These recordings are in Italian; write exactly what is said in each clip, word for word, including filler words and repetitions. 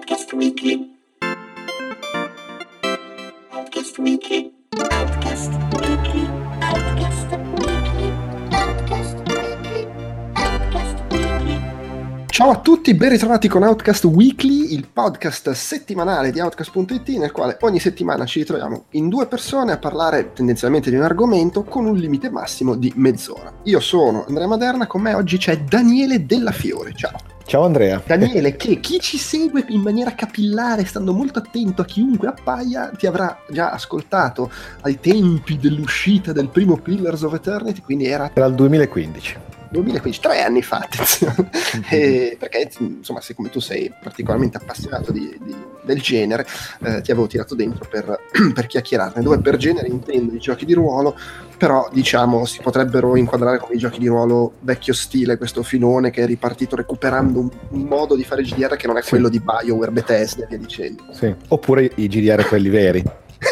Outcast Weekly. Outcast Weekly. Outcast Weekly. Outcast Weekly. Outcast Weekly. Outcast Weekly. Ciao a tutti, ben ritrovati con Outcast Weekly, il podcast settimanale di Outcast punto it, nel quale ogni settimana ci ritroviamo in due persone a parlare tendenzialmente di un argomento con un limite massimo di mezz'ora. Io sono Andrea Maderna, con me oggi c'è Daniele Della Fiore. Ciao. Ciao Andrea. Daniele, che chi ci segue in maniera capillare, stando molto attento a chiunque appaia, ti avrà già ascoltato ai tempi dell'uscita del primo Pillars of Eternity, quindi era Era il duemilaquindici. duemilaquindici, tre anni fa, attenzione. E perché insomma, siccome tu sei particolarmente appassionato di, di, del genere, eh, ti avevo tirato dentro per, per chiacchierarne, dove per genere intendo i giochi di ruolo, però diciamo si potrebbero inquadrare come i giochi di ruolo vecchio stile, questo filone che è ripartito recuperando un, un modo di fare G D R che non è Sì. quello di BioWare, Bethesda e via dicendo. Sì. Oppure i G D R quelli veri.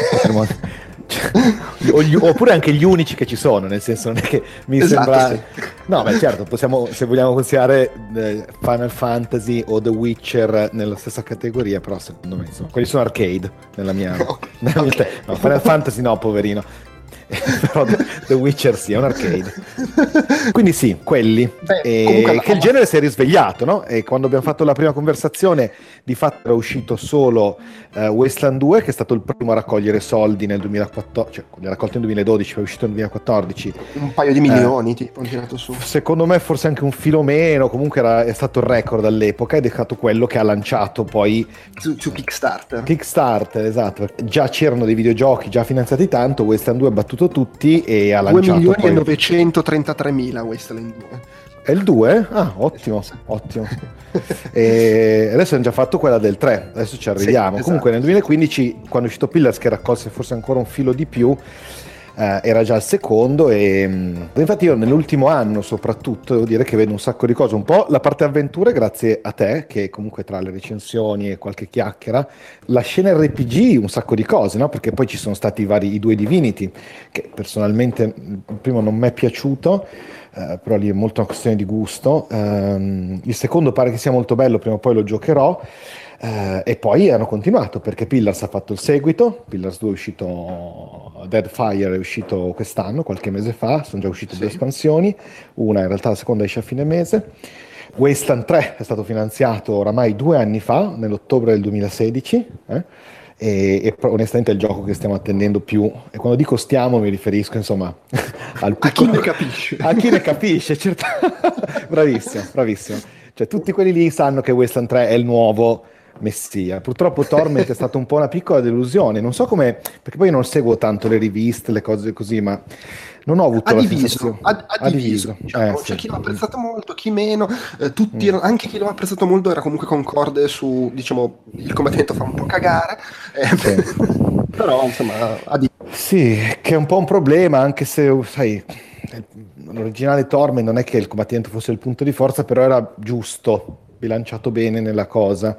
O gli- oppure anche gli unici che ci sono, nel senso non è che mi Esatto, sembra sì. no beh certo, possiamo, se vogliamo considerare eh, Final Fantasy o The Witcher nella stessa categoria, però secondo me insomma, quelli sono arcade nella mia, nella mia Ok. te- no, Final Fantasy no, poverino. Però The, The Witcher sì, è un arcade. Quindi sì, quelli. Beh, E comunque alla- che il genere si è risvegliato, no? E quando abbiamo fatto la prima conversazione, di fatto era uscito solo eh, Wasteland due, che è stato il primo a raccogliere soldi nel duemilaquattordici, cioè li ha raccolto nel duemiladodici, poi è uscito nel duemilaquattordici. un paio di milioni tipo hanno tirato su. Secondo me forse anche un filo meno, comunque era, è stato il record all'epoca ed è stato quello che ha lanciato poi Su, su Kickstarter. Kickstarter, esatto, perché già c'erano dei videogiochi già finanziati tanto, Wasteland due ha battuto tutti e ha due lanciato milioni e poi... novecentotrentatremila Wasteland due. È il due? Ah, ottimo, ottimo. E adesso hanno già fatto quella del tre, adesso ci arriviamo. Sì, Comunque esatto. nel duemilaquindici, quando è uscito Pillars, che raccolse forse ancora un filo di più, eh, era già il secondo e mh, infatti io nell'ultimo anno soprattutto devo dire che vedo un sacco di cose, un po' la parte avventure grazie a te, che comunque tra le recensioni e qualche chiacchiera, la scena R P G un sacco di cose, no? Perché poi ci sono stati i vari, i due Divinity, che personalmente il primo non mi è piaciuto, eh, però lì è molto una questione di gusto. Ehm, il secondo pare che sia molto bello, prima o poi lo giocherò. Eh, e poi hanno continuato perché Pillars ha fatto il seguito. Pillars due è uscito, Deadfire è uscito quest'anno, qualche mese fa, sono già uscite Sì. due espansioni, una in realtà la seconda esce a fine mese. Wasteland tre è stato finanziato oramai due anni fa, nell'ottobre del duemilasedici, eh? e, e pro- onestamente è il gioco che stiamo attendendo più, e quando dico stiamo mi riferisco insomma al A chi piccolo- ne capisce. a chi ne capisce, certo. Bravissimo, bravissimo. Cioè tutti quelli lì sanno che Wasteland tre è il nuovo messia. Purtroppo Torment è stata un po' una piccola delusione, non so come, perché poi io non seguo tanto le riviste, le cose così, ma non ho avuto Ha la diviso, sensazione. ha, ha diviso, diciamo. Eh, C'è sì. chi l'ha apprezzato molto, chi meno, eh, tutti Mm. erano- anche chi l'ha apprezzato molto era comunque concorde su, diciamo, il combattimento fa un po' cagare, eh, Sì. però insomma ha diviso. Sì, che è un po' un problema, anche se, sai, l'originale Torment non è che il combattimento fosse il punto di forza, però era giusto, bilanciato bene nella cosa.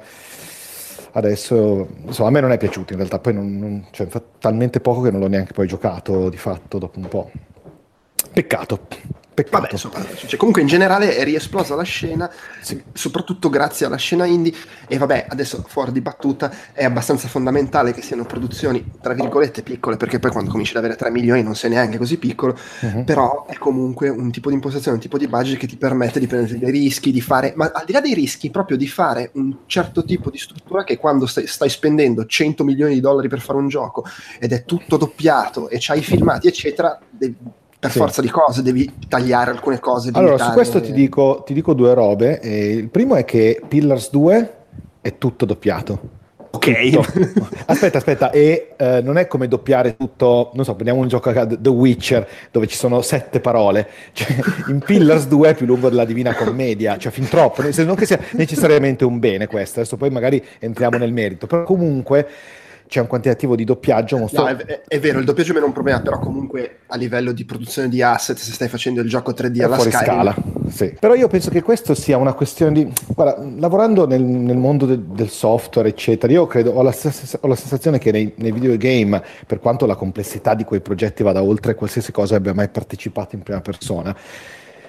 Adesso, insomma, a me non è piaciuto in realtà, poi non, non- cioè, fa talmente poco che non l'ho neanche poi giocato di fatto dopo un po'. Peccato, peccato. Vabbè, insomma, cioè, comunque in generale è riesplosa la scena, Sì. soprattutto grazie alla scena indie, e vabbè, adesso fuori di battuta è abbastanza fondamentale che siano produzioni, tra virgolette, piccole, perché poi quando cominci ad avere tre milioni non sei neanche così piccolo, Mhm. però è comunque un tipo di impostazione, un tipo di budget che ti permette di prendere dei rischi, di fare, ma al di là dei rischi, proprio di fare un certo tipo di struttura che quando stai, stai spendendo cento milioni di dollari per fare un gioco ed è tutto doppiato e c'hai i filmati, eccetera, devi- per Sì. forza di cose devi tagliare alcune cose. Allora, limitare- su questo ti dico, ti dico due robe. Eh, il primo è che Pillars due è tutto doppiato. Ok. Tutto. Aspetta, aspetta, e eh, non è come doppiare tutto, non so, prendiamo un gioco a The Witcher dove ci sono sette parole, cioè in Pillars due è più lungo della Divina Commedia, cioè fin troppo, nel senso, non che sia necessariamente un bene questo, adesso poi magari entriamo nel merito, però comunque c'è un quantitativo di doppiaggio mostro- No, è, è- è vero, il doppiaggio meno è un problema, però comunque a livello di produzione di asset, se stai facendo il gioco tre D è alla fuori Skyrim, scala, sì. Però io penso che questo sia una questione di, guarda, lavorando nel, nel mondo de- del software eccetera, io credo, ho la, stessa- ho la sensazione che nei, nei videogame, per quanto la complessità di quei progetti vada oltre qualsiasi cosa abbia mai partecipato in prima persona,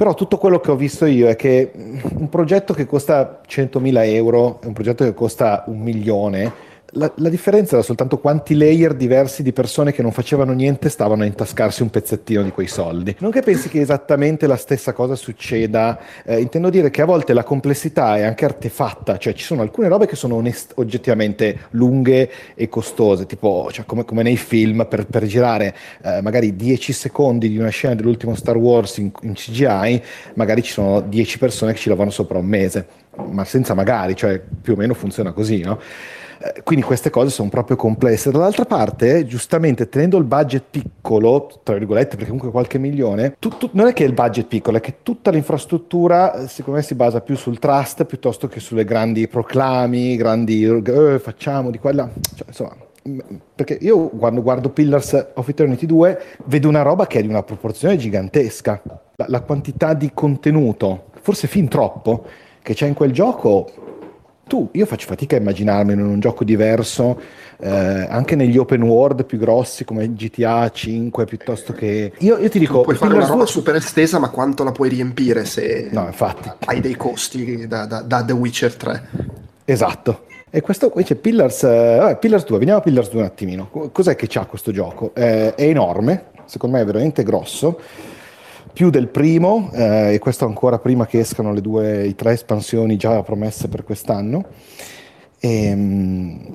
Però tutto quello che ho visto io è che un progetto che costa centomila euro e un progetto che costa un milione, la, la differenza era soltanto quanti layer diversi di persone che non facevano niente stavano a intascarsi un pezzettino di quei soldi. Non che pensi che esattamente la stessa cosa succeda, eh, intendo dire che a volte la complessità è anche artefatta, cioè ci sono alcune robe che sono onest- oggettivamente lunghe e costose, tipo cioè, come, come nei film per, per girare eh, magari dieci secondi di una scena dell'ultimo Star Wars in, in C G I, magari ci sono dieci persone che ci lavorano sopra un mese, ma senza magari, cioè più o meno funziona così, no? Quindi queste cose sono proprio complesse. Dall'altra parte, giustamente, tenendo il budget piccolo, tra virgolette, perché comunque qualche milione, tu, tu, non è che il budget piccolo, è che tutta l'infrastruttura, secondo me, si basa più sul trust piuttosto che sulle grandi proclami, grandi eh, facciamo di quella, cioè, insomma. Perché io quando guardo Pillars of Eternity due vedo una roba che è di una proporzione gigantesca. La, la quantità di contenuto, forse fin troppo, che c'è in quel gioco. Tu, io faccio fatica a immaginarmi in un gioco diverso, eh, anche negli open world più grossi come G T A cinque, piuttosto che... Io, io ti dico... Puoi fare una roba super estesa, ma quanto la puoi riempire se no, infatti. hai dei costi da, da, da The Witcher tre? Esatto. E questo qui c'è Pillars... Eh, vabbè, Pillars due, veniamo a Pillars due un attimino. Cos'è che c'ha questo gioco? Eh, è enorme, secondo me è veramente grosso, più del primo, eh, e questo ancora prima che escano le due, i tre espansioni già promesse per quest'anno. E, um,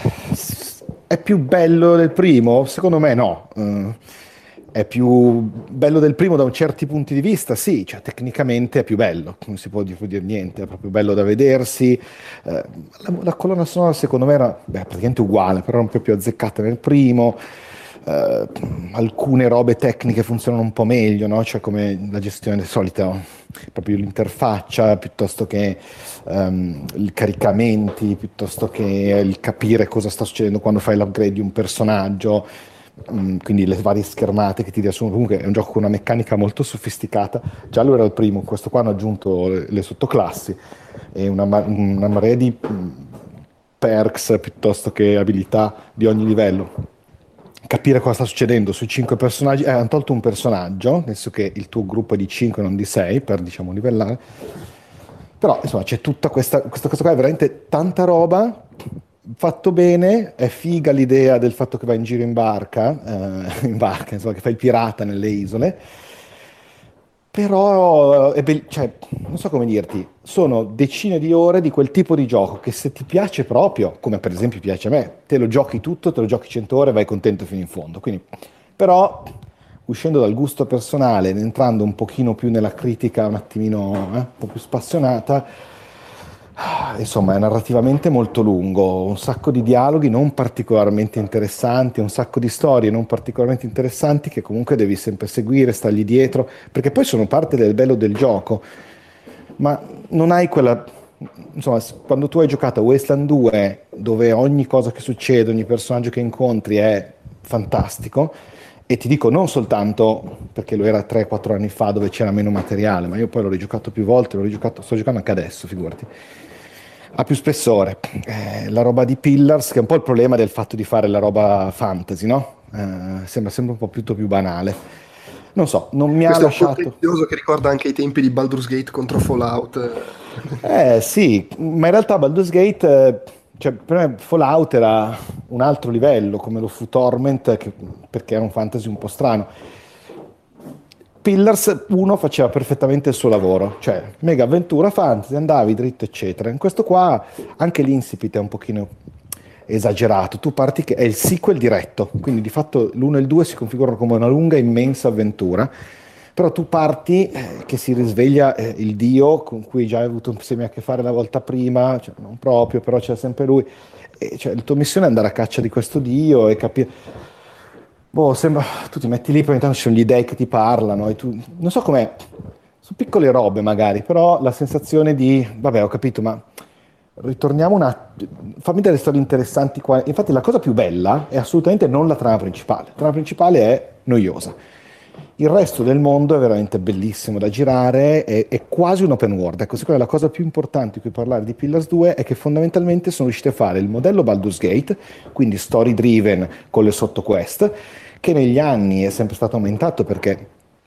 è più bello del primo? Secondo me no. Uh, è più bello del primo da un certi punti di vista, sì, cioè tecnicamente è più bello, non si può dire niente, è proprio bello da vedersi. Uh, la, la colonna sonora secondo me era beh, praticamente uguale, però un po' più azzeccata nel primo. Uh, alcune robe tecniche funzionano un po' meglio, no? Cioè come la gestione solita, proprio l'interfaccia, piuttosto che um, i caricamenti, piuttosto che il capire cosa sta succedendo quando fai l'upgrade di un personaggio, um, quindi le varie schermate che ti riassumono. Comunque è un gioco con una meccanica molto sofisticata, già lo era il primo, questo qua hanno aggiunto le, le sottoclassi e una, una marea di perks piuttosto che abilità di ogni livello. Capire cosa sta succedendo sui cinque personaggi, eh, hanno tolto un personaggio, adesso che il tuo gruppo è di cinque non di sei, per diciamo livellare, però insomma c'è tutta questa, questa cosa qua, è veramente tanta roba, fatto bene, è figa l'idea del fatto che vai in giro in barca, eh, in barca, insomma che fai il pirata nelle isole, però è be- cioè, non so come dirti, sono decine di ore di quel tipo di gioco che se ti piace proprio, come per esempio piace a me, te lo giochi tutto, te lo giochi cento ore e vai contento fino in fondo. Quindi, però, uscendo dal gusto personale ed entrando un pochino più nella critica un attimino eh, un po' più spassionata, insomma è narrativamente molto lungo, un sacco di dialoghi non particolarmente interessanti, un sacco di storie non particolarmente interessanti che comunque devi sempre seguire, stargli dietro, perché poi sono parte del bello del gioco, ma non hai quella... Insomma, quando tu hai giocato a Wasteland due, dove ogni cosa che succede, ogni personaggio che incontri è fantastico, e ti dico non soltanto perché lo era tre quattro anni fa dove c'era meno materiale, ma io poi l'ho rigiocato più volte, l'ho rigiocato, sto giocando anche adesso, figurati, ha più spessore. Eh, la roba di Pillars, che è un po' il problema del fatto di fare la roba fantasy, no? Eh, sembra sempre un po' più, più banale. Non so, non mi Questo ha lasciato... Questo è un po' tedioso che ricorda anche i tempi di Baldur's Gate contro Fallout. Eh sì, ma in realtà Baldur's Gate... Eh, cioè, per me Fallout era un altro livello, come lo fu Torment, che, perché era un fantasy un po' strano. Pillars uno faceva perfettamente il suo lavoro, cioè mega avventura fantasy, andavi dritto eccetera. In questo qua anche l'incipit è un pochino esagerato, tu parti che è il sequel diretto, quindi di fatto l'uno e il due si configurano come una lunga immensa avventura, però tu parti eh, che si risveglia eh, il dio con cui già hai avuto un semi a che fare la volta prima, cioè, non proprio, però c'è sempre lui, e, cioè, la tua missione è andare a caccia di questo dio e capire... Boh, sembra, tu ti metti lì, poi intanto ci sono gli dei che ti parlano, e tu, non so com'è, sono piccole robe magari, però la sensazione di, vabbè ho capito, ma ritorniamo un attimo, fammi delle storie interessanti qua. Infatti la cosa più bella è assolutamente non la trama principale, la trama principale è noiosa. Il resto del mondo è veramente bellissimo da girare, è, è quasi un open world. Ecco, secondo me la cosa più importante di cui parlare di Pillars due è che fondamentalmente sono riusciti a fare il modello Baldur's Gate, quindi story driven con le sottoquest, che negli anni è sempre stato aumentato perché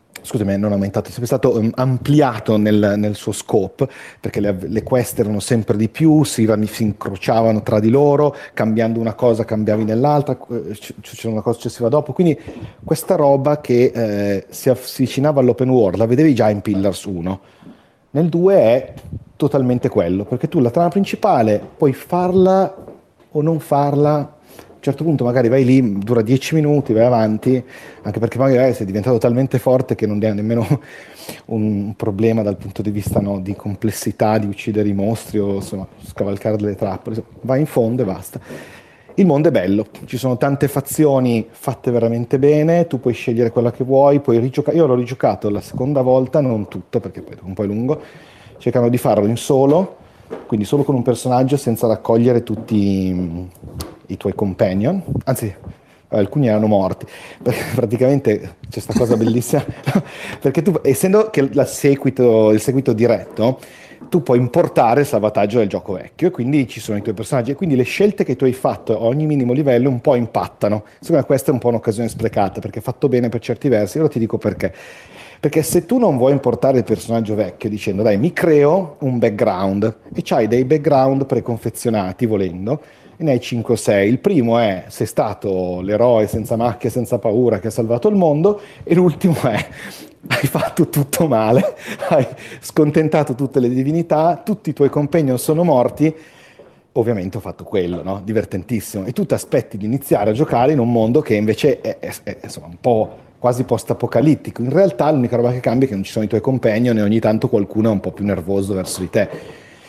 scusami, non aumentato, è sempre stato um, ampliato nel, nel suo scope, perché le, le quest erano sempre di più, si, si incrociavano tra di loro, cambiando una cosa cambiavi nell'altra, c- c'era una cosa successiva dopo, quindi questa roba che eh, si avvicinava all'open world la vedevi già in Pillars uno, nel due è totalmente quello, perché tu la trama principale puoi farla o non farla. A un certo punto magari vai lì, dura dieci minuti, vai avanti, anche perché magari sei diventato talmente forte che non è nemmeno un problema dal punto di vista, no, di complessità, di uccidere i mostri o insomma scavalcare delle trappole, vai in fondo e basta. Il mondo è bello, ci sono tante fazioni fatte veramente bene, tu puoi scegliere quella che vuoi, puoi rigiocare. Io l'ho rigiocato la seconda volta, non tutto perché poi è un po' lungo, cercano di farlo in solo, quindi solo con un personaggio senza raccogliere tutti i tuoi companion, anzi alcuni erano morti, perché praticamente c'è questa cosa bellissima, perché tu, essendo che la seguito, il seguito diretto, tu puoi importare il salvataggio del gioco vecchio e quindi ci sono i tuoi personaggi e quindi le scelte che tu hai fatto a ogni minimo livello un po' impattano. Secondo me questa è un po' un'occasione sprecata, perché è fatto bene per certi versi, ora ti dico perché. Perché se tu non vuoi importare il personaggio vecchio dicendo dai mi creo un background e c'hai dei background preconfezionati volendo e ne hai cinque o sei, il primo è sei stato l'eroe senza macchie, senza paura che ha salvato il mondo e l'ultimo è hai fatto tutto male, hai scontentato tutte le divinità, tutti i tuoi compagni sono morti, ovviamente ho fatto quello, no? Divertentissimo, e tu ti aspetti di iniziare a giocare in un mondo che invece è, è, è insomma un po' quasi post-apocalittico. In realtà l'unica roba che cambia è che non ci sono i tuoi companion e ogni tanto qualcuno è un po' più nervoso verso di te.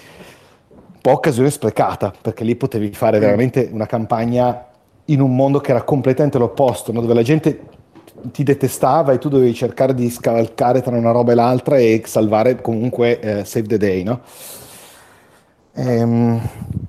Un po' occasione sprecata, perché lì potevi fare veramente una campagna in un mondo che era completamente l'opposto, no? Dove la gente ti detestava e tu dovevi cercare di scavalcare tra una roba e l'altra e salvare comunque eh, save the day, no? Ehm...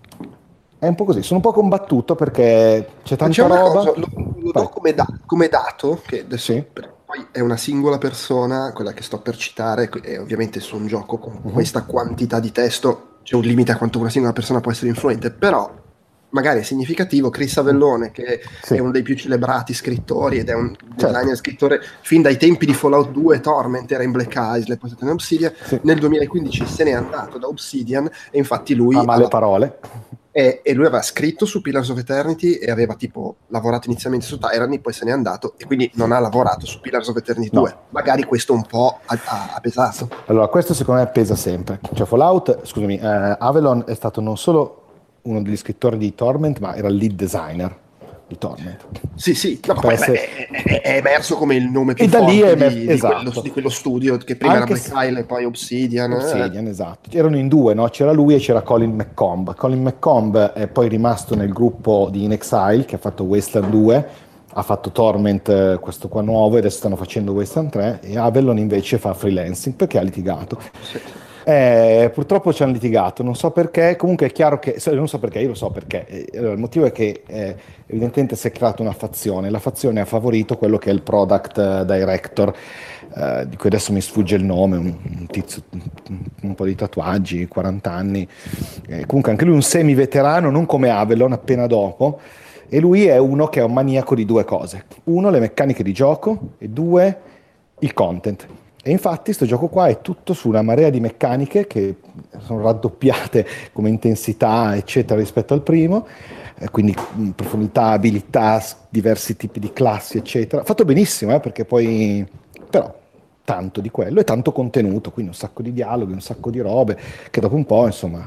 È un po' così, sono un po' combattuto perché c'è tanta c'è una roba. cosa, lo, lo do come, da- come dato, che adesso Sì. per- poi è una singola persona, quella che sto per citare, e ovviamente su un gioco con Mhm. questa quantità di testo c'è un limite a quanto una singola persona può essere influente, però magari è significativo. Chris Avellone, che Sì. è uno dei più celebrati scrittori ed è un Certo. designer scrittore fin dai tempi di Fallout due, Torment, era in Black Isle, poi è stato in Obsidian, Sì. nel duemilaquindici se n'è andato da Obsidian e infatti lui Ha male ha- parole. e, e lui aveva scritto su Pillars of Eternity e aveva tipo lavorato inizialmente su Tyranny, poi se n'è andato e quindi non ha lavorato su Pillars of Eternity No. due. Magari questo un po' ha, ha, ha pesato. Allora, questo secondo me pesa sempre. Cioè, Fallout, scusami, eh, Avalon è stato non solo uno degli scrittori di Torment, ma era il lead designer di Torment. Sì, sì, no, ma Per poi essere- beh, è, è- è emerso come il nome più E da forte lì è di, emer- di esatto. quello, di quello studio che prima Anche era Black Isle e poi Obsidian. eh. Obsidian, esatto. Erano in due, no? C'era lui e c'era Colin McComb. Colin McComb è poi rimasto nel gruppo di In Exile, che ha fatto Wasteland due, ha fatto Torment, eh, questo qua nuovo, e adesso stanno facendo Wasteland tre, e Avalon invece fa freelancing, perché ha litigato. Sì. Eh, purtroppo ci hanno litigato, non so perché, comunque è chiaro che, non so perché, io lo so perché, Eh, allora, il motivo è che eh, evidentemente si è creata una fazione, la fazione ha favorito quello che è il product eh, director, eh, di cui adesso mi sfugge il nome, un, un tizio, un, un po' di tatuaggi, quaranta anni, eh, comunque anche lui un semi veterano, non come Avalon appena dopo, e lui è uno che è un maniaco di due cose: uno, le meccaniche di gioco, e due, il content. E infatti sto gioco qua è tutto su una marea di meccaniche che sono raddoppiate come intensità eccetera rispetto al primo, eh, quindi mh, profondità, abilità, s- diversi tipi di classi eccetera, fatto benissimo, eh, perché poi però tanto di quello e tanto contenuto, quindi un sacco di dialoghi, un sacco di robe che dopo un po' insomma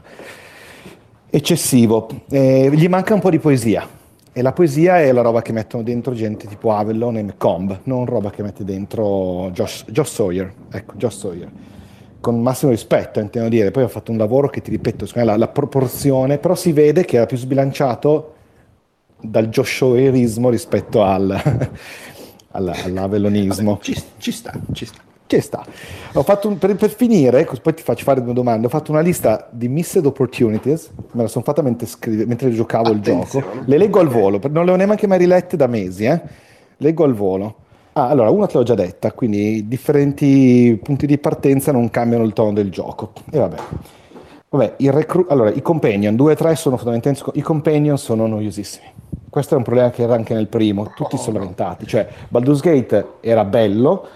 eccessivo. Eh, gli manca un po' di poesia. E la poesia è la roba che mettono dentro gente tipo Avalon e McComb, non roba che mette dentro Josh, Josh Sawyer, ecco, Josh Sawyer. Con massimo rispetto, intendo dire. Poi ho fatto un lavoro che, ti ripeto, secondo me la, la proporzione, però si vede che era più sbilanciato dal Josh Sawyerismo rispetto al, al, all'avelonismo. Ci, ci sta, ci sta. Ci sta. Ho fatto un- per, per finire, cos- poi ti faccio fare due domande. Ho fatto una lista di missed opportunities, me la sono fatta mentre, scrive- mentre giocavo il gioco. Attenzione. Le leggo al volo, per- non le ho neanche mai rilette da mesi, eh. Leggo al volo. Ah, allora, una te l'ho già detta, quindi differenti punti di partenza non cambiano il tono del gioco. E vabbè. Vabbè, il recru- allora, i companion, due e tre sono fondamentalmente, i companion sono noiosissimi. Questo è un problema che era anche nel primo, tutti sono lamentati. Cioè, Baldur's Gate era bello,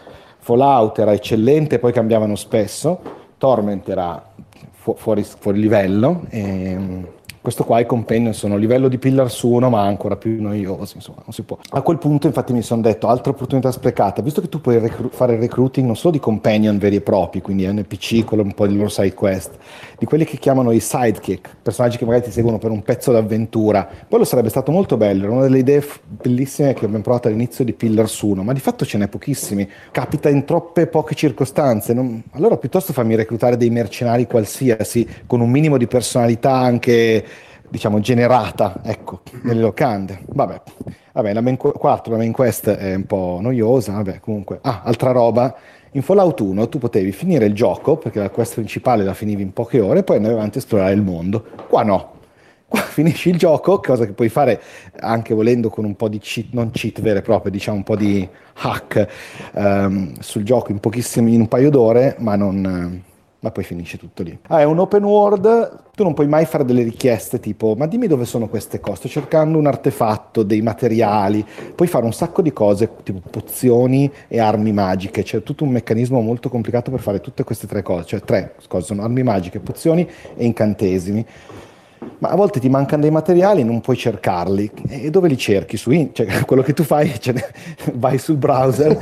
Fallout era eccellente, poi cambiavano spesso, Torment era fu- fuori, fuori livello, e questo qua i companion sono a livello di Pillars uno ma ancora più noiosi, insomma non si può. A quel punto infatti mi sono detto altra opportunità sprecata, visto che tu puoi recru- fare il recruiting non solo di companion veri e propri, quindi N P C con un po' di loro side quest, di quelli che chiamano i sidekick, personaggi che magari ti seguono per un pezzo d'avventura, quello sarebbe stato molto bello, era una delle idee f- bellissime che abbiamo provato all'inizio di Pillars uno, ma di fatto ce n'è pochissimi, capita in troppe poche circostanze, non... allora piuttosto fammi reclutare dei mercenari qualsiasi, con un minimo di personalità anche diciamo generata, ecco, nelle locande. Vabbè, vabbè, la main quattro, la main quest è un po' noiosa, vabbè, comunque. Ah, altra roba, in Fallout uno tu potevi finire il gioco, perché la quest principale la finivi in poche ore, e poi andavi avanti a esplorare il mondo. Qua no. Qua finisci il gioco, cosa che puoi fare anche volendo con un po' di cheat, non cheat vere e proprie, diciamo un po' di hack um, sul gioco in pochissimi, in un paio d'ore, ma non... ma poi finisce tutto lì. Ah, è un open world, tu non puoi mai fare delle richieste tipo ma dimmi dove sono queste cose, sto cercando un artefatto, dei materiali, puoi fare un sacco di cose tipo pozioni e armi magiche, c'è tutto un meccanismo molto complicato per fare tutte queste tre cose, cioè tre cose, sono armi magiche, pozioni e incantesimi. Ma a volte ti mancano dei materiali, non puoi cercarli. E dove li cerchi? Su in- cioè, quello che tu fai, cioè, vai sul browser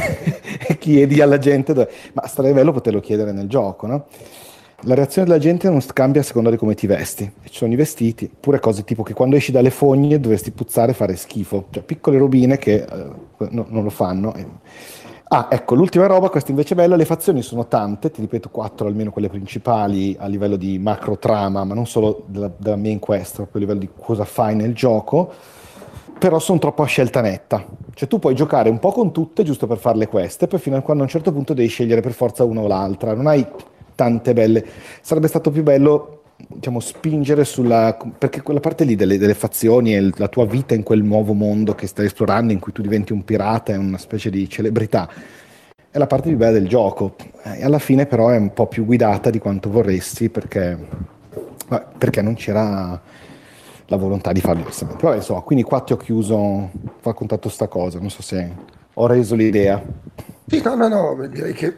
e chiedi alla gente dove... Ma sarebbe bello poterlo chiedere nel gioco, no? La reazione della gente non cambia a seconda di come ti vesti. Ci sono i vestiti, pure cose tipo che quando esci dalle fogne dovresti puzzare e fare schifo. Cioè piccole robine che eh, no, non lo fanno. Ah, ecco, l'ultima roba, questa invece è bella, le fazioni sono tante, ti ripeto quattro almeno quelle principali a livello di macro trama, ma non solo della, della main quest, proprio a livello di cosa fai nel gioco, però sono troppo a scelta netta. Cioè tu puoi giocare un po' con tutte giusto per fare le quest, e poi fino a quando a un certo punto devi scegliere per forza una o l'altra, non hai tante belle. Sarebbe stato più bello, diciamo, spingere sulla, perché quella parte lì delle, delle fazioni e la tua vita in quel nuovo mondo che stai esplorando, in cui tu diventi un pirata e una specie di celebrità, è la parte più bella del gioco, e alla fine però è un po' più guidata di quanto vorresti, perché, perché non c'era la volontà di farlo diversamente. Vabbè, insomma, quindi qua ti ho chiuso, ho raccontato sta cosa, non so se ho reso l'idea. Sì, no, no, no, direi che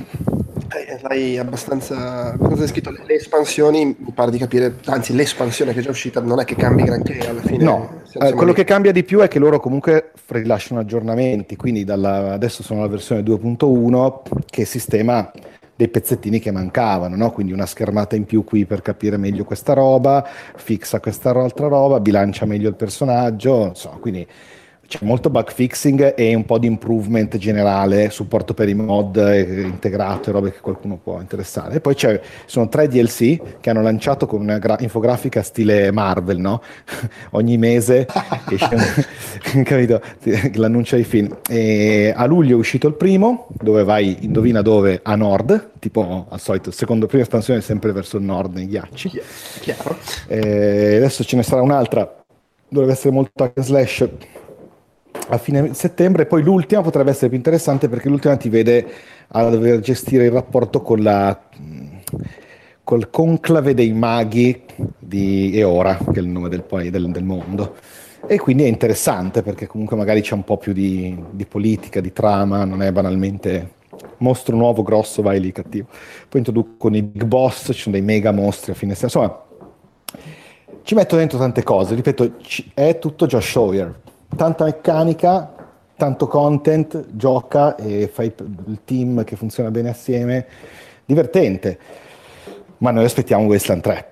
eh, l'hai abbastanza, abbastanza descritto. Le, le espansioni, mi pare di capire, anzi l'espansione che è già uscita non è che cambi granché alla fine. No, eh, quello lì. Che cambia di più è che loro comunque rilasciano aggiornamenti, quindi dalla, adesso sono alla versione due punto uno che sistema dei pezzettini che mancavano, no? Quindi una schermata in più qui per capire meglio questa roba, fixa questa altra roba, bilancia meglio il personaggio, insomma, quindi c'è molto bug fixing e un po' di improvement generale, supporto per i mod eh, integrato e robe che qualcuno può interessare. E poi c'è, sono tre D L C che hanno lanciato con una gra- infografica stile Marvel, no? Ogni mese esce, capito? L'annuncio ai film. E a luglio è uscito il primo, dove vai, indovina dove, a nord, tipo al solito, secondo prima espansione sempre verso il nord nei ghiacci. Chiaro. E adesso ce ne sarà un'altra, dovrebbe essere molto hack and slash a fine settembre, e poi l'ultima potrebbe essere più interessante perché l'ultima ti vede a dover gestire il rapporto con la col conclave dei maghi di Eora, che è il nome del, del, del mondo, e quindi è interessante perché comunque magari c'è un po' più di, di politica, di trama, non è banalmente mostro nuovo grosso vai lì cattivo. Poi introducono i big boss, ci sono dei mega mostri a fine settimana, insomma ci metto dentro tante cose, ripeto, è tutto Josh Sawyer. Tanta meccanica, tanto content, gioca e fai il team che funziona bene assieme, divertente, ma noi aspettiamo Wasteland tre.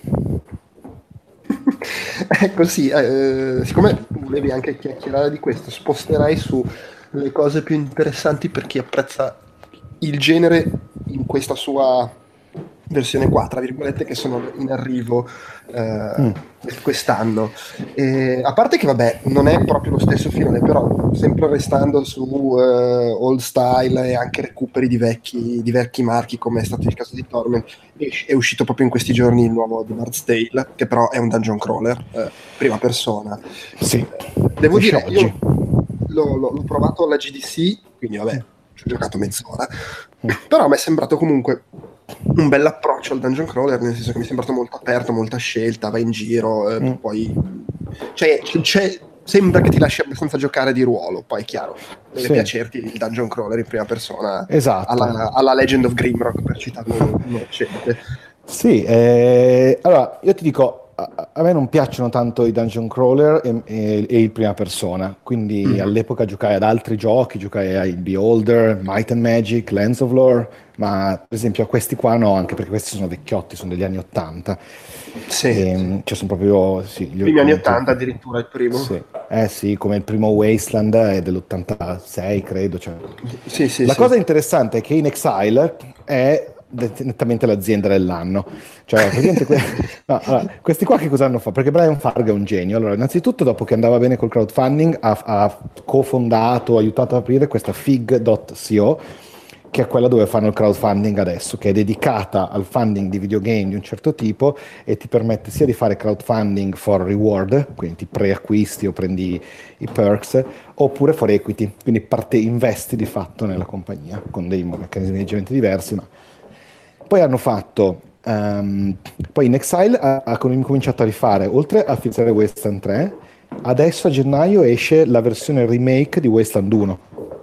Ecco sì, eh, siccome volevi anche chiacchierare di questo, sposterai su le cose più interessanti per chi apprezza il genere in questa sua versione qua, tra virgolette, che sono in arrivo eh, mm. quest'anno. E, a parte che vabbè, non è proprio lo stesso filone, però sempre restando su uh, old style e anche recuperi di vecchi, di vecchi marchi, come è stato il caso di Torment, è uscito proprio in questi giorni il nuovo The Bard's Tale, che però è un dungeon crawler, eh, prima persona. Sì. Devo dire, io l'ho, l'ho, l'ho provato alla G D C, quindi vabbè, ci ho giocato mezz'ora, mm. però mi è sembrato comunque un bel approccio al dungeon crawler, nel senso che mi è sembrato molto aperto, molta scelta, vai in giro, eh, mm. poi cioè, c'è sembra che ti lasci abbastanza giocare di ruolo, poi è chiaro, deve Sì. piacerti il dungeon crawler in prima persona, Esatto. alla, alla Legend of Grimrock, per citare uno uno recente. Sì, eh, allora io ti dico, a, a me non piacciono tanto i dungeon crawler e, e- e il prima persona, quindi Mhm. all'epoca giocai ad altri giochi, giocai ai Beholder, Might and Magic, Lands of Lore, ma per esempio a questi qua no, anche perché questi sono vecchiotti, sono degli anni ottanta. Sì, Ehm, cioè sono proprio, sì, gli primi anni come tu- ottanta addirittura il primo. Sì. Eh sì, come il primo Wasteland è dell'ottantasei, credo. Cioè. Sì, sì, La sì. cosa interessante è che In Exile è det- nettamente l'azienda dell'anno. Cioè, praticamente que- no, allora, questi qua che cosa hanno fatto? Perché Brian Farga è un genio. Allora, innanzitutto, dopo che andava bene col crowdfunding, ha, ha cofondato, aiutato ad aprire questa fig punto co, che è quella dove fanno il crowdfunding adesso, che è dedicata al funding di videogame di un certo tipo e ti permette sia di fare crowdfunding for reward, quindi ti preacquisti o prendi i perks, oppure for equity, quindi parte, investi di fatto nella compagnia con dei meccanismi leggermente diversi. Ma poi hanno fatto, ehm, poi In Exile ha, ha cominciato a rifare, oltre a finanziare Wasteland tre, adesso a gennaio esce la versione remake di Wasteland uno.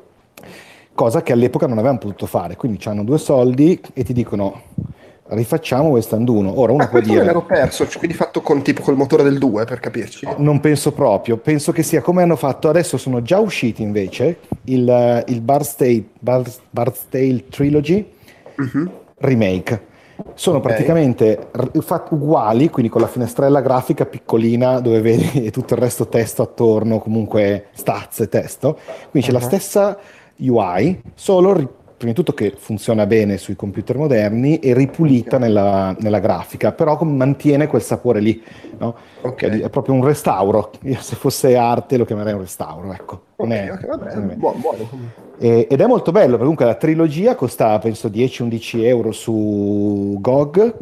Cosa che all'epoca non avevano potuto fare, quindi hanno due soldi e ti dicono rifacciamo Wasteland uno. Ora uno Ma può questo me dire l'ero perso, cioè, quindi fatto con tipo col motore del due, per capirci. non penso proprio, penso che sia come hanno fatto adesso, sono già usciti invece il, il Bard's Tale, Bard's, Bard's Tale Trilogy Mhm. remake. Sono Ok. praticamente r- fatti uguali, quindi con la finestrella grafica piccolina dove vedi tutto il resto testo attorno, comunque stats e testo. Quindi c'è la Uh-huh. stessa U I, solo ri- prima di tutto che funziona bene sui computer moderni e ripulita Ok. nella, nella grafica, però com- mantiene quel sapore lì, no? Ok. Cioè, è proprio un restauro. Io, se fosse arte lo chiamerei un restauro, ecco. Non Ok, è, ok, vabbè, secondo me. buono, buono. E- ed è molto bello, perché comunque la trilogia costa penso dieci undici euro su G O G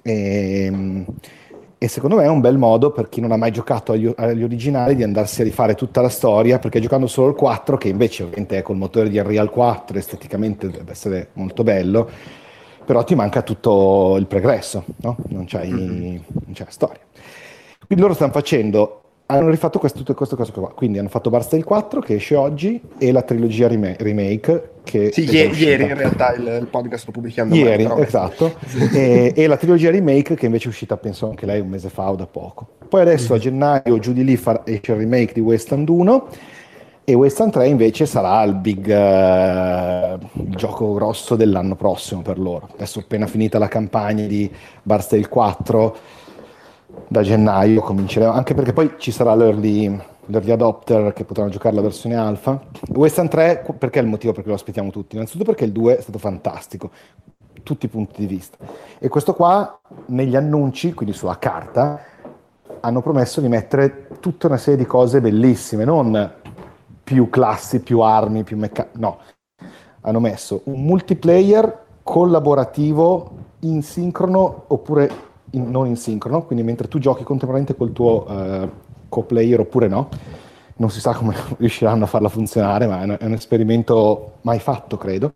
e, e secondo me è un bel modo per chi non ha mai giocato agli, agli originali di andarsi a rifare tutta la storia, perché giocando solo il quattro, che invece ovviamente è col motore di Unreal quattro, esteticamente deve essere molto bello, però ti manca tutto il pregresso, no? Non c'hai, Mhm. non c'è la storia. Quindi loro stanno facendo, hanno rifatto questo- tutte queste cose qua. Quindi hanno fatto Bard's Tale quattro che esce oggi e la trilogia rima- remake che Sì, è già ie- uscita. ieri in realtà il, il podcast lo pubblichiamo Ieri, domani, però esatto. vabbè. E, e la trilogia remake che invece è uscita penso anche lei un mese fa o da poco. Poi adesso a Mhm. gennaio giù di lì fa- esce il remake di Wasteland uno e Wasteland tre invece sarà il big eh, il gioco grosso dell'anno prossimo per loro. Adesso appena finita la campagna di Bard's Tale quattro da gennaio cominceremo, anche perché poi ci sarà l'early, l'early adopter che potranno giocare la versione alfa. Wasteland tre, qu- perché è il motivo per cui lo aspettiamo tutti? Innanzitutto perché il due è stato fantastico, tutti i punti di vista. E questo qua, negli annunci, quindi sulla carta, hanno promesso di mettere tutta una serie di cose bellissime, non più classi, più armi, più meccaniche, no. Hanno messo un multiplayer collaborativo in sincrono oppure in- non in sincrono, quindi mentre tu giochi contemporaneamente col tuo eh, co-player oppure no, non si sa come riusciranno a farla funzionare, ma è un, è un esperimento mai fatto, credo.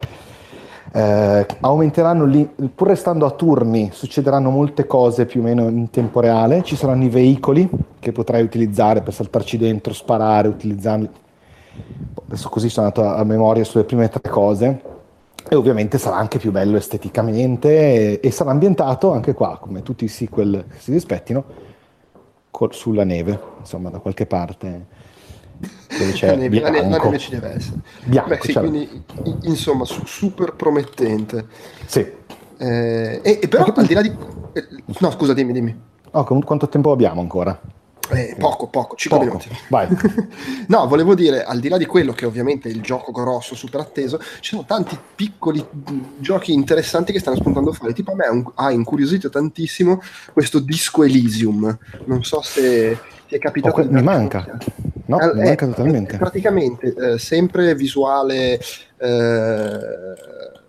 Eh, aumenteranno lì, pur restando a turni, succederanno molte cose più o meno in tempo reale, ci saranno i veicoli che potrai utilizzare per saltarci dentro, sparare, utilizzarli. Adesso così sono andato a memoria sulle prime tre cose. E ovviamente sarà anche più bello esteticamente e, e sarà ambientato anche qua, come tutti i sequel che si rispettino, col- sulla neve, insomma, da qualche parte dove La c'è neve, la ne- la bianco. neve ci deve essere. Bianco, Beh, sì, cioè- quindi i- insomma, su- super promettente. Sì. Eh, e, e però Anche al per- di là di... eh, no, scusa, dimmi, dimmi. Oh, com- quanto tempo abbiamo ancora? Eh, poco, poco, cinque Poco, minuti. vai. No, volevo dire, al di là di quello che ovviamente è il gioco grosso, super atteso, ci sono tanti piccoli mh, giochi interessanti che stanno spuntando fuori. Tipo a me ha un- ha incuriosito tantissimo questo Disco Elysium. Non so se ti è capitato Oh, que- di mi darci manca. un'occhiata. No, Eh, mi è- manca totalmente. è praticamente eh, sempre visuale eh,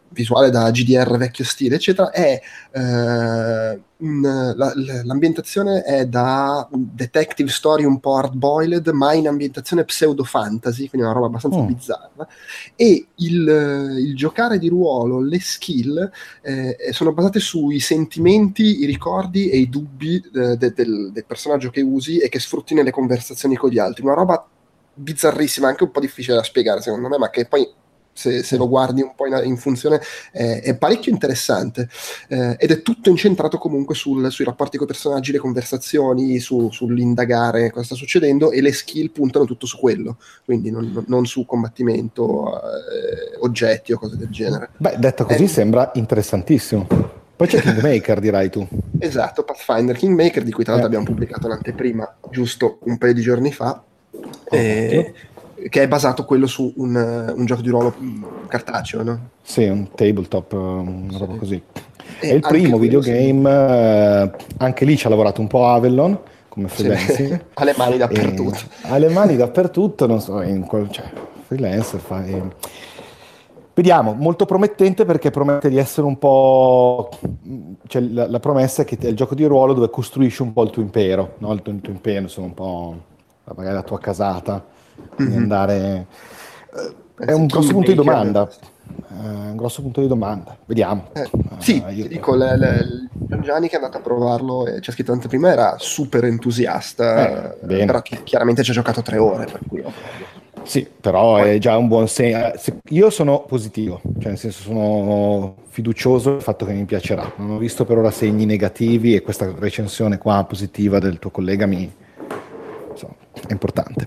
visuale da G D R vecchio stile, eccetera, è eh, un, la, l'ambientazione è da detective story un po' hard-boiled, ma in ambientazione pseudo-fantasy, quindi una roba abbastanza Mm. bizzarra, e il, il giocare di ruolo, le skill, eh, sono basate sui sentimenti, i ricordi e i dubbi eh, de- del, del personaggio che usi e che sfrutti nelle conversazioni con gli altri. Una roba bizzarrissima, anche un po' difficile da spiegare secondo me, ma che poi se, se lo guardi un po' in, in funzione eh, è parecchio interessante, eh, ed è tutto incentrato comunque sul- sui rapporti con i personaggi, le conversazioni, su- sull'indagare cosa sta succedendo, e le skill puntano tutto su quello, quindi non, non- non su combattimento, eh, oggetti o cose del genere. Beh, detto così Eh, sembra interessantissimo. Poi c'è Kingmaker, dirai tu. Esatto, Pathfinder Kingmaker, di cui tra l'altro Eh. abbiamo pubblicato l'anteprima giusto un paio di giorni fa, eh, Ottimo. che è basato quello su un, un gioco di ruolo mm, cartaceo, no? Sì, un tabletop, una roba Sì. così. E È il anche primo quello, videogame, eh, anche lì ci ha lavorato un po' Avalon, come sì, freelancer. ha le mani dappertutto. E ha le mani dappertutto, non so, in quel- cioè, freelancer fa... e- Vediamo, molto promettente perché promette di essere un po'... Cioè, la, la promessa è che è il gioco di ruolo dove costruisci un po' il tuo impero, no? Il tuo, il tuo impero, insomma, un po' magari la tua casata, quindi Mhm. andare... eh, È Eh, un sì, grosso punto di Kingmaker. domanda. Eh, un grosso punto di domanda. Vediamo. Eh, sì, Eh, io- ti dico, le- le- il Gianni che è andato a provarlo e c'è scritto anteprima era super entusiasta, Eh, bene. però chi- chiaramente ci ha giocato tre ore, per cui ovvio. Sì, però è già un buon segno. Io sono positivo, cioè nel senso sono fiducioso del fatto che mi piacerà. Non ho visto per ora segni negativi e questa recensione qua positiva del tuo collega mi insomma, è importante.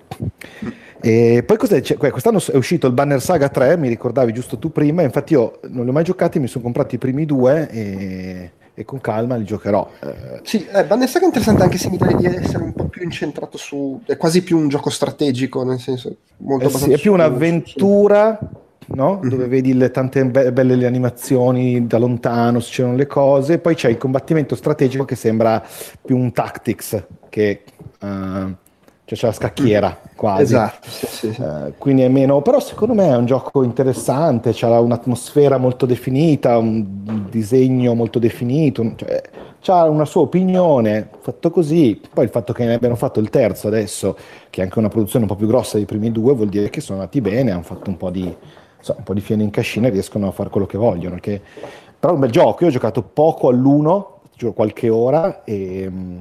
E poi cos'è? C'è- quest'anno è uscito il Banner Saga tre, mi ricordavi giusto tu prima, infatti io non li ho mai giocati, mi sono comprati i primi due e, e con calma li giocherò. Eh, Sì, eh, Banner Saga è interessante, anche se mi dai di essere un po' più incentrato su... è quasi più un gioco strategico, nel senso, molto Eh sì, basato è più su- un'avventura, no? Mhm. Dove vedi le tante be- belle le animazioni da lontano, succedono le cose, poi c'è il combattimento strategico che sembra più un tactics, che eh, cioè c'è la scacchiera quasi. Esatto, sì, sì, sì. Eh, quindi è meno, però secondo me è un gioco interessante, c'ha un'atmosfera molto definita, un disegno molto definito, cioè, c'ha una sua opinione, fatto così. Poi il fatto che ne abbiano fatto il terzo adesso, che è anche una produzione un po' più grossa dei primi due, vuol dire che sono andati bene, hanno fatto un po' di, insomma, un po' di fieno in cascina e riescono a fare quello che vogliono. Che... Però è un bel gioco, io ho giocato poco all'uno, giuro qualche ora, e mm,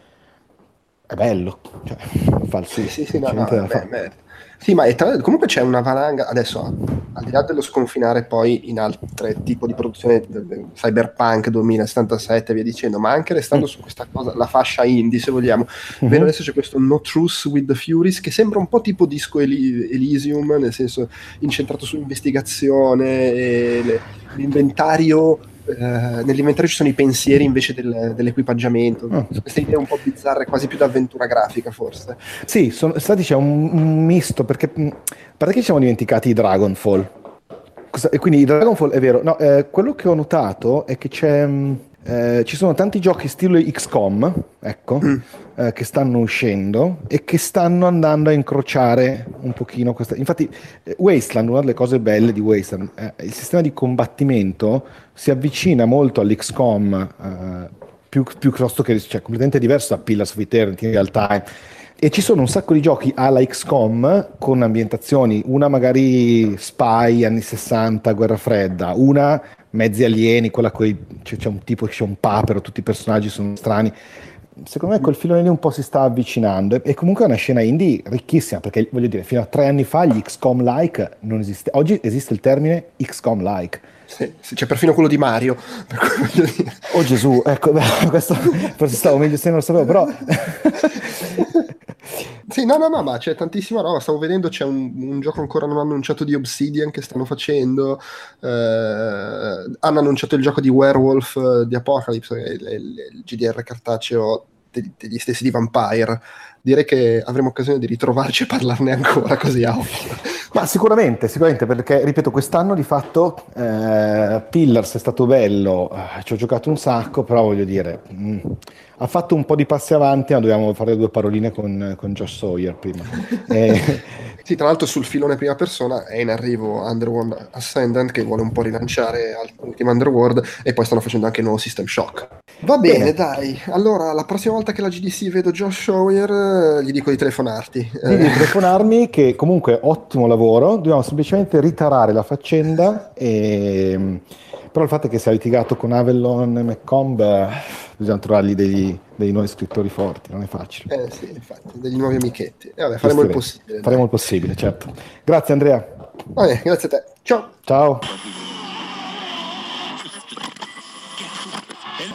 è bello, cioè, fa il suo, Sì, sì, sì, no, c'è no, niente da beh, fare. beh. Sì, ma è tra- comunque c'è una valanga, adesso, al di là dello sconfinare poi in altre tipo di produzione, de- de- Cyberpunk duemilasettantasette e via dicendo, ma anche restando su questa cosa, la fascia indie, se vogliamo, Mhm. vedo adesso c'è questo No Truce with the Furies, che sembra un po' tipo Disco Eli- Elysium, nel senso incentrato su investigazione, e le- l'inventario... eh, nell'inventario ci sono i pensieri invece del- dell'equipaggiamento, Ah. queste idee un po' bizzarre, quasi più d'avventura grafica forse. Sì, sono stati c'è un, un misto perché mh, a parte che ci siamo dimenticati i Dragonfall. Cosa- e quindi i Dragonfall è vero, no, eh, quello che ho notato è che c'è mh, eh, ci sono tanti giochi stile X COM, ecco, Mm. eh, che stanno uscendo e che stanno andando a incrociare un pochino questa. Infatti, eh, Wasteland, una delle cose belle di Wasteland, eh, il sistema di combattimento si avvicina molto all'X COM, eh, più, più piuttosto che, cioè, completamente diverso da Pillars of Eternity in realtà. E ci sono un sacco di giochi alla X COM con ambientazioni, una magari spy anni sessanta, guerra fredda, una mezzi alieni, quella coi, c'è, c'è un tipo che c'è un papero, tutti i personaggi sono strani. Secondo me quel filone lì un po' si sta avvicinando e, e comunque è una scena indie ricchissima, perché voglio dire, fino a tre anni fa gli X COM-like non esiste. Oggi esiste il termine X COM-like. Sì, sì, c'è perfino quello di Mario, per cui voglio dire. Oh Gesù, ecco, beh, questo forse stavo meglio se non lo sapevo, però... Sì, no, no, no, ma c'è tantissima roba. Stavo vedendo, c'è un, un gioco ancora non annunciato di Obsidian che stanno facendo. Eh, hanno annunciato il gioco di Werewolf eh, di Apocalypse, che è il, il- il G D R cartaceo degli, degli stessi di Vampire. Direi che avremo occasione di ritrovarci e parlarne ancora così a occhio. Ma sicuramente, sicuramente, perché ripeto, quest'anno di fatto eh, Pillars è stato bello, eh, ci ho giocato un sacco, però voglio dire, mh, ha fatto un po' di passi avanti, ma dobbiamo fare due paroline con, con Josh Sawyer prima. Eh, Sì, tra l'altro sul filone prima persona è in arrivo Underworld Ascendant che vuole un po' rilanciare l'ultimo Underworld e poi stanno facendo anche il nuovo System Shock. Va bene, Bene. dai. Allora, la prossima volta che la G D C vedo Josh Sawyer, eh, gli dico di telefonarti. Devi Eh, telefonarmi che comunque ottimo lavoro, dobbiamo semplicemente ritarare la faccenda, e... però il fatto è che se hai litigato con Avalon e McComb, eh, bisogna trovargli dei, dei nuovi scrittori forti, non è facile. eh, sì, infatti, degli nuovi amichetti. E vabbè, faremo il possibile. Faremo dai. il possibile, certo. Grazie Andrea. Va bene, grazie a te. Ciao. Ciao.